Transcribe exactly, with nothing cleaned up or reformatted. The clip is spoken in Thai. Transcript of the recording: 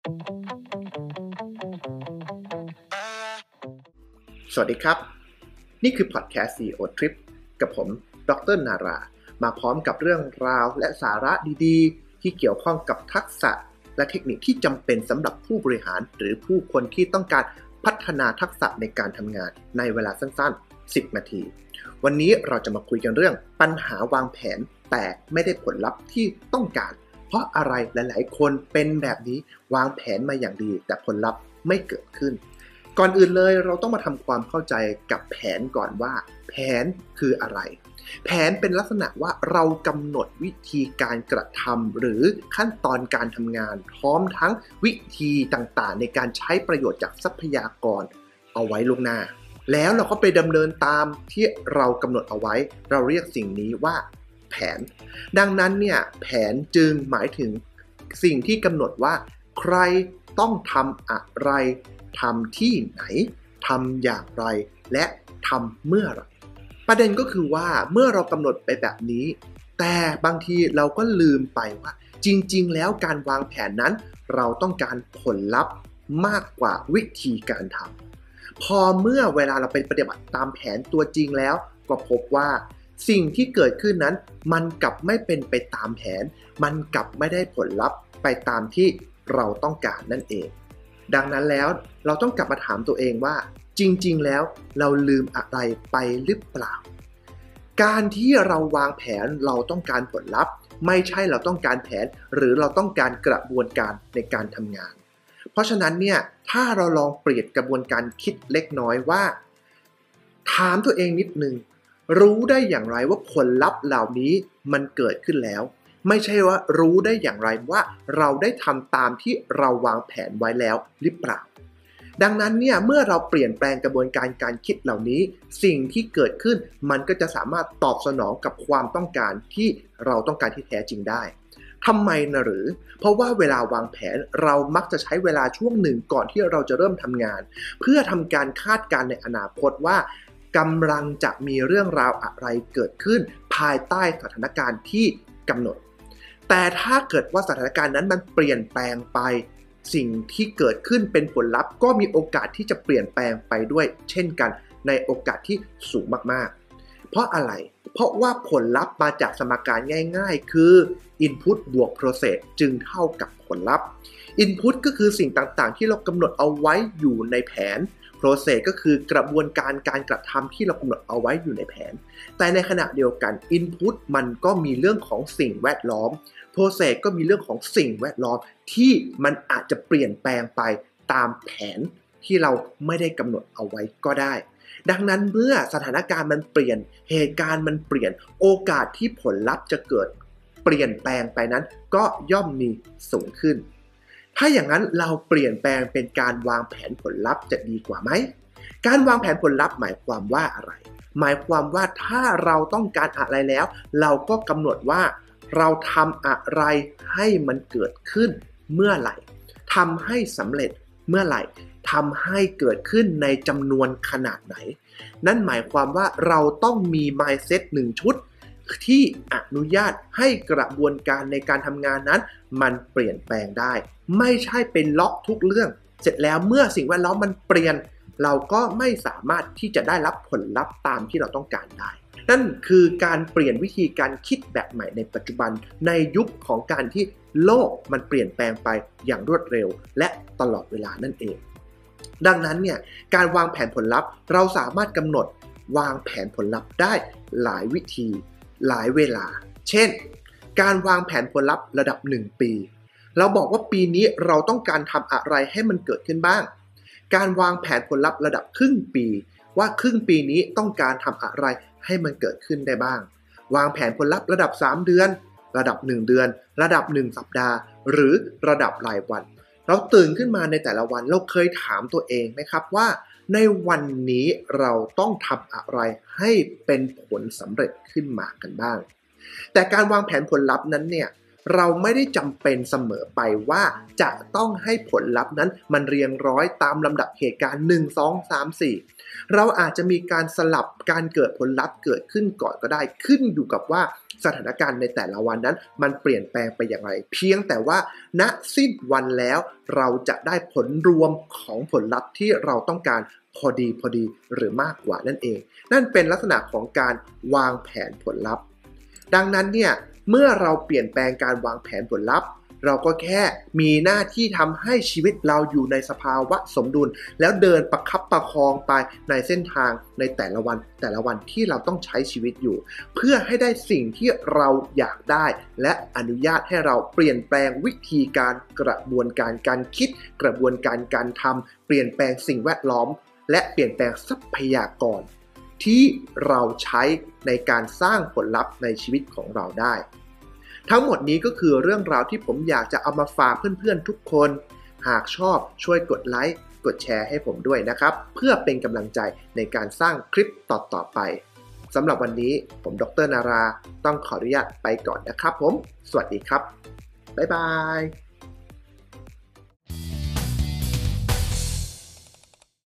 สวัสดีครับนี่คือพอดแคสต์ ซี อี โอ Trip กับผมดรนารามาพร้อมกับเรื่องราวและสาระดีๆที่เกี่ยวข้องกับทักษะและเทคนิคที่จำเป็นสำหรับผู้บริหารหรือผู้คนที่ต้องการพัฒนาทักษะในการทำงานในเวลาสั้นๆสิบนาทีวันนี้เราจะมาคุยกันเรื่องปัญหาวางแผนแต่ไม่ได้ผลลัพธ์ที่ต้องการเพราะอะไรหลายๆคนเป็นแบบนี้วางแผนมาอย่างดีแต่ผลลัพธ์ไม่เกิดขึ้นก่อนอื่นเลยเราต้องมาทำความเข้าใจกับแผนก่อนว่าแผนคืออะไรแผนเป็นลักษณะว่าเรากำหนดวิธีการกระทำหรือขั้นตอนการทำงานพร้อมทั้งวิธีต่างๆในการใช้ประโยชน์จากทรัพยากรเอาไว้ล่วงหน้าแล้วเราก็ไปดำเนินตามที่เรากำหนดเอาไว้เราเรียกสิ่งนี้ว่าแผนดังนั้นเนี่ยแผนจึงหมายถึงสิ่งที่กำหนดว่าใครต้องทำอะไรทำที่ไหนทำอย่างไรและทำเมื่อไหร่ประเด็นก็คือว่าเมื่อเรากำหนดไปแบบนี้แต่บางทีเราก็ลืมไปว่าจริงๆแล้วการวางแผนนั้นเราต้องการผลลัพธ์มากกว่าวิธีการทำพอเมื่อเวลาเราไปปฏิบัติตามแผนตัวจริงแล้วก็พบว่าสิ่งที่เกิดขึ้นนั้นมันกลับไม่เป็นไปตามแผนมันกลับไม่ได้ผลลัพธ์ไปตามที่เราต้องการนั่นเองดังนั้นแล้วเราต้องกลับมาถามตัวเองว่าจริงๆแล้วเราลืมอะไรไปหรือเปล่าการที่เราวางแผนเราต้องการผลลัพธ์ไม่ใช่เราต้องการแผนหรือเราต้องการกระบวนการในการทำงานเพราะฉะนั้นเนี่ยถ้าเราลองเปลี่ยนกระบวนการคิดเล็กน้อยว่าถามตัวเองนิดนึงรู้ได้อย่างไรว่าผลลัพธ์เหล่านี้มันเกิดขึ้นแล้วไม่ใช่ว่ารู้ได้อย่างไรว่าเราได้ทำตามที่เราวางแผนไว้แล้วหรือเปล่าดังนั้นเนี่ยเมื่อเราเปลี่ยนแปลงกระบวนการการคิดเหล่านี้สิ่งที่เกิดขึ้นมันก็จะสามารถตอบสนองกับความต้องการที่เราต้องการที่แท้จริงได้ทำไมนะหรือเพราะว่าเวลาวางแผนเรามักจะใช้เวลาช่วงหนึ่งก่อนที่เราจะเริ่มทำงานเพื่อทำการคาดการณ์ในอนาคตว่ากำลังจะมีเรื่องราวอะไรเกิดขึ้นภายใต้สถานการณ์ที่กำหนดแต่ถ้าเกิดว่าสถานการณ์นั้นมันเปลี่ยนแปลงไปสิ่งที่เกิดขึ้นเป็นผลลัพธ์ก็มีโอกาสที่จะเปลี่ยนแปลงไปด้วยเช่นกันในโอกาสที่สูงมากๆเพราะอะไรเพราะว่าผลลัพธ์มาจากสมการง่ายๆคือ input บวก process จึงเท่ากับผลลัพธ์ input ก็คือสิ่งต่างๆที่เรากำหนดเอาไว้อยู่ในแผนprocess ก็คือกระบวนการการกระทำที่เรากำหนดเอาไว้อยู่ในแผนแต่ในขณะเดียวกัน input มันก็มีเรื่องของสิ่งแวดล้อม process ก็มีเรื่องของสิ่งแวดล้อมที่มันอาจจะเปลี่ยนแปลงไปตามแผนที่เราไม่ได้กำหนดเอาไว้ก็ได้ดังนั้นเมื่อสถานการณ์มันเปลี่ยนเหตุการณ์มันเปลี่ยนโอกาสที่ผลลัพธ์จะเกิดเปลี่ยนแปลงไปนั้นก็ย่อมมีสูงขึ้นถ้าอย่างนั้นเราเปลี่ยนแปลงเป็นการวางแผนผลลัพธ์จะดีกว่าไหมการวางแผนผลลัพธ์หมายความว่าอะไรหมายความว่าถ้าเราต้องการอะไรแล้วเราก็กำหนดว่าเราทำอะไรให้มันเกิดขึ้นเมื่อไหร่ทำให้สำเร็จเมื่อไหร่ทำให้เกิดขึ้นในจำนวนขนาดไหนนั่นหมายความว่าเราต้องมี mindset หนึ่งชุดที่อนุญาตให้กระบวนการในการทำงานนั้นมันเปลี่ยนแปลงได้ไม่ใช่เป็นล็อกทุกเรื่องเสร็จแล้วเมื่อสิ่งแวดล้อมมันเปลี่ยนเราก็ไม่สามารถที่จะได้รับผลลัพธ์ตามที่เราต้องการได้นั่นคือการเปลี่ยนวิธีการคิดแบบใหม่ในปัจจุบันในยุคของการที่โลกมันเปลี่ยนแปลงไปอย่างรวดเร็วและตลอดเวลานั่นเองดังนั้นเนี่ยการวางแผนผลลัพธ์เราสามารถกำหนดวางแผนผลลัพธ์ได้หลายวิธีหลายเวลาเช่นการวางแผนผลลัพธ์ระดับหนึ่งปีเราบอกว่าปีนี้เราต้องการทำอะไรให้มันเกิดขึ้นบ้างการวางแผนผลลัพธ์ระดับครึ่งปีว่าครึ่งปีนี้ต้องการทำอะไรให้มันเกิดขึ้นได้บ้างวางแผนผลลัพธ์ระดับสามเดือนระดับหนึ่งเดือนระดับหนึ่งสัปดาห์หรือระดับรายวันเราตื่นขึ้นมาในแต่ละวันเราเคยถามตัวเองไหมครับว่าในวันนี้เราต้องทำอะไรให้เป็นผลสำเร็จขึ้นมากันบ้างแต่การวางแผนผลลัพธ์นั้นเนี่ยเราไม่ได้จำเป็นเสมอไปว่าจะต้องให้ผลลัพธ์นั้นมันเรียงร้อยตามลำดับเหตุการณ์หนึ่ง สอง สาม สี่เราอาจจะมีการสลับการเกิดผลลัพธ์เกิดขึ้นก่อนก็ได้ขึ้นอยู่กับว่าสถานการณ์ในแต่ละวันนั้นมันเปลี่ยนแปลงไปอย่างไรเพียงแต่ว่าณสิ้นวันแล้วเราจะได้ผลรวมของผลลัพธ์ที่เราต้องการพอดีพอดีหรือมากกว่านั่นเองนั่นเป็นลักษณะของการวางแผนผลลัพธ์ดังนั้นเนี่ยเมื่อเราเปลี่ยนแปลงการวางแผนผลลัพธ์เราก็แค่มีหน้าที่ทำให้ชีวิตเราอยู่ในสภาวะสมดุลแล้วเดินประคับประคองไปในเส้นทางในแต่ละวันแต่ละวันที่เราต้องใช้ชีวิตอยู่เพื่อให้ได้สิ่งที่เราอยากได้และอนุญาตให้เราเปลี่ยนแปลงวิธีการกระบวนการการคิดกระบวนการการทำเปลี่ยนแปลงสิ่งแวดล้อมและเปลี่ยนแปลงทรัพยากรที่เราใช้ในการสร้างผลลัพธ์ในชีวิตของเราได้ทั้งหมดนี้ก็คือเรื่องราวที่ผมอยากจะเอามาฝากเพื่อนๆทุกคนหากชอบช่วยกดไลค์กดแชร์ให้ผมด้วยนะครับเพื่อเป็นกำลังใจในการสร้างคลิปต่อๆไปสำหรับวันนี้ผมดร.นาราต้องขออนุญาตไปก่อนนะครับผมสวัสดีครับบ๊ายบาย